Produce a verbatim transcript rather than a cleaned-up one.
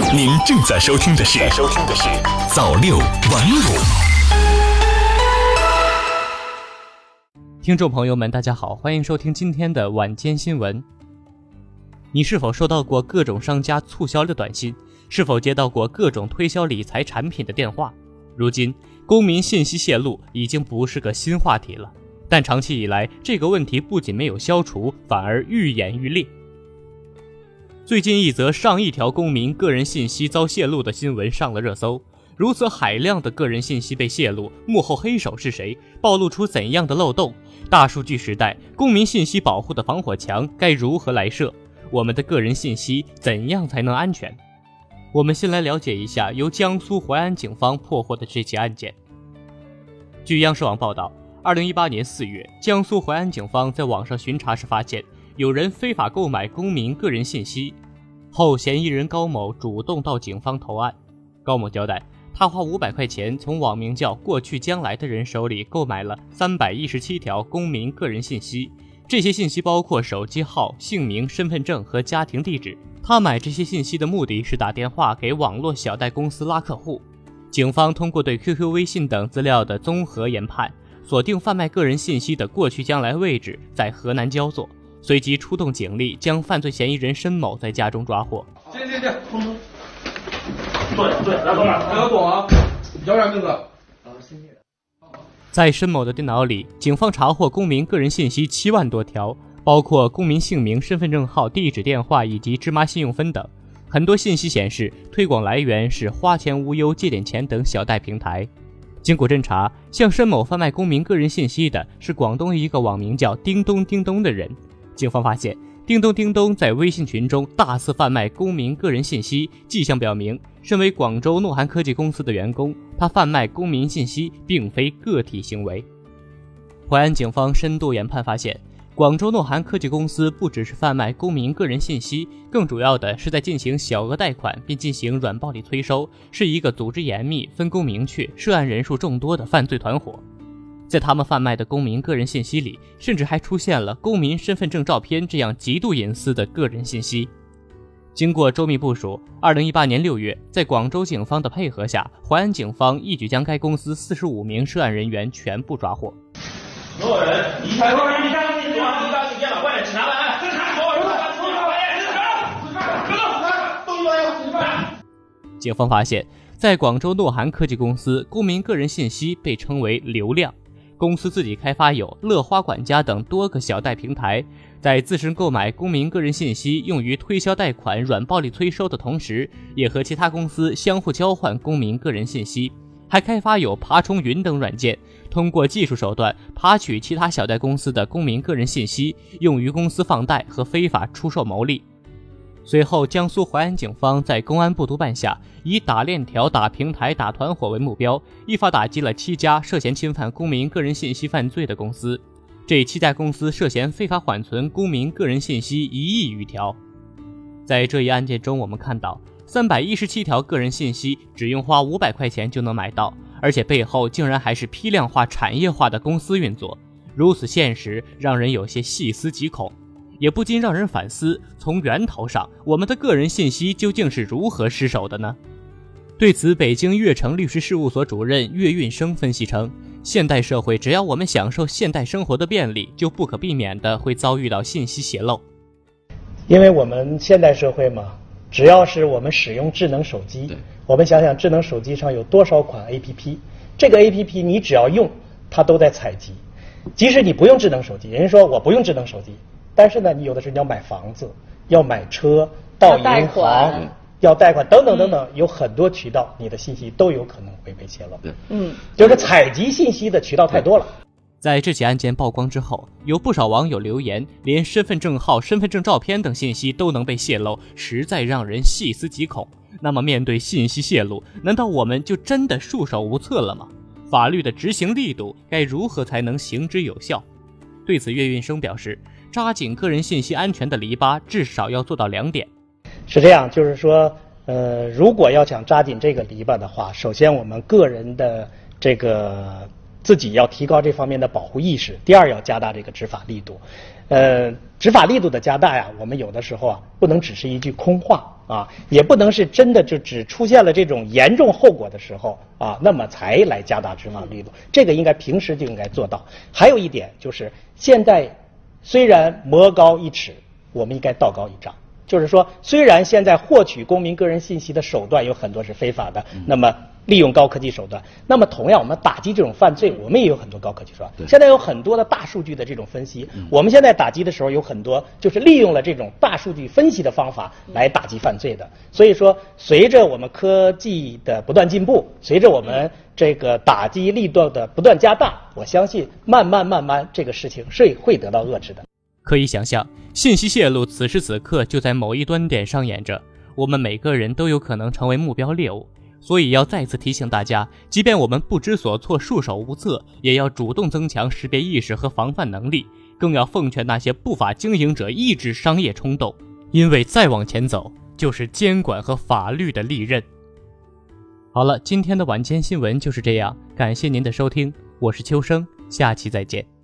您正在收听的是收听的是早六晚五。 听众朋友们，大家好，欢迎收听今天的晚间新闻。你是否收到过各种商家促销的短信？是否接到过各种推销理财产品的电话？如今，公民信息泄露已经不是个新话题了，但长期以来，这个问题不仅没有消除，反而愈演愈烈。最近一则上亿条公民个人信息遭泄露的新闻上了热搜。如此海量的个人信息被泄露，幕后黑手是谁？暴露出怎样的漏洞？大数据时代，公民信息保护的防火墙该如何来设？我们的个人信息怎样才能安全？我们先来了解一下由江苏淮安警方破获的这起案件。据央视网报道，二零一八年四月，江苏淮安警方在网上巡查时发现，有人非法购买公民个人信息，后嫌疑人高某主动到警方投案。高某交代，他花五百块钱从网名叫过去将来的人手里购买了三百一十七条公民个人信息，这些信息包括手机号、姓名、身份证和家庭地址。他买这些信息的目的是打电话给网络小贷公司拉客户。警方通过对 Q Q、微信等资料的综合研判，锁定贩卖个人信息的过去将来位置在河南焦作，随即出动警力将犯罪嫌疑人申某在家中抓获。 进进进，通通。对对，来哥们儿，来个懂啊，叫啥名字？呃，新月。 在申某的电脑里，警方查获公民个人信息七万多条，包括公民姓名、身份证号、地址、电话以及芝麻信用分等。很多信息显示，推广来源是花钱无忧、借点钱等小贷平台。经过侦查，向申某贩卖公民个人信息的是广东一个网名叫叮咚叮咚的人。警方发现，叮咚叮咚在微信群中大肆贩卖公民个人信息，迹象表明，身为广州诺涵科技公司的员工，他贩卖公民信息并非个体行为。淮安警方深度研判发现，广州诺涵科技公司不只是贩卖公民个人信息，更主要的是在进行小额贷款并进行软暴力催收，是一个组织严密、分工明确、涉案人数众多的犯罪团伙。在他们贩卖的公民个人信息里，甚至还出现了公民身份证照片这样极度隐私的个人信息。经过周密部署，二零一八年六月，在广州警方的配合下，淮安警方一举将该公司四十五名涉案人员全部抓获。 所有人离开，离开，离开，离开时间了，快点，请拿来，侦查，所有人，所有人， 警方发现，在广州诺涵科技公司，公民个人信息被称为流量。公司自己开发有乐花管家等多个小贷平台，在自身购买公民个人信息用于推销贷款、软暴力催收的同时，也和其他公司相互交换公民个人信息，还开发有爬虫云等软件，通过技术手段爬取其他小贷公司的公民个人信息，用于公司放贷和非法出售牟利。随后，江苏淮安警方在公安部督办下，以打链条、打平台、打团伙为目标，依法打击了七家涉嫌侵犯公民个人信息犯罪的公司。这七家公司涉嫌非法缓存公民个人信息一亿余条。在这一案件中，我们看到三百一十七条个人信息只用花五百块钱就能买到，而且背后竟然还是批量化、产业化的公司运作。如此现实，让人有些细思极恐。也不禁让人反思，从源头上，我们的个人信息究竟是如何失守的呢？对此，北京悦城律师事务所主任岳运生分析称，现代社会只要我们享受现代生活的便利，就不可避免的会遭遇到信息泄露。 因为我们现代社会嘛，只要是我们使用智能手机，我们想想智能手机上有多少款 A P P， 这个 A P P 你只要用，它都在采集。即使你不用智能手机，人家说我不用智能手机，但是呢，你有的时候你要买房子，要买车，到银行，要贷款等等等等，有很多渠道，你的信息都有可能会被泄露。嗯，就是采集信息的渠道太多了。 在这起案件曝光之后，有不少网友留言，连身份证号、身份证照片等信息都能被泄露，实在让人细思极恐。那么面对信息泄露，难道我们就真的束手无策了吗？法律的执行力度该如何才能行之有效？对此，岳运生表示，扎紧个人信息安全的篱笆，至少要做到两点。 是这样，就是说，呃，如果要想扎紧这个篱笆的话，首先我们个人的这个自己要提高这方面的保护意识，第二要加大这个执法力度。 呃，执法力度的加大呀，我们有的时候啊，不能只是一句空话啊，也不能是真的就只出现了这种严重后果的时候啊，那么才来加大执法力度。这个应该平时就应该做到。还有一点就是，现在虽然魔高一尺，我们应该道高一丈。就是说，虽然现在获取公民个人信息的手段有很多是非法的，嗯、那么利用高科技手段，那么同样我们打击这种犯罪，我们也有很多高科技手段。现在有很多的大数据的这种分析，嗯、我们现在打击的时候有很多就是利用了这种大数据分析的方法来打击犯罪的。所以说，随着我们科技的不断进步，随着我们这个打击力度的不断加大，我相信慢慢慢慢这个事情是会得到遏制的。 可以想象，信息泄露此时此刻就在某一端点上演着，我们每个人都有可能成为目标猎物。所以要再次提醒大家，即便我们不知所措、束手无策，也要主动增强识别意识和防范能力，更要奉劝那些不法经营者抑制商业冲动，因为再往前走就是监管和法律的利刃。好了，今天的晚间新闻就是这样，感谢您的收听，我是秋生，下期再见。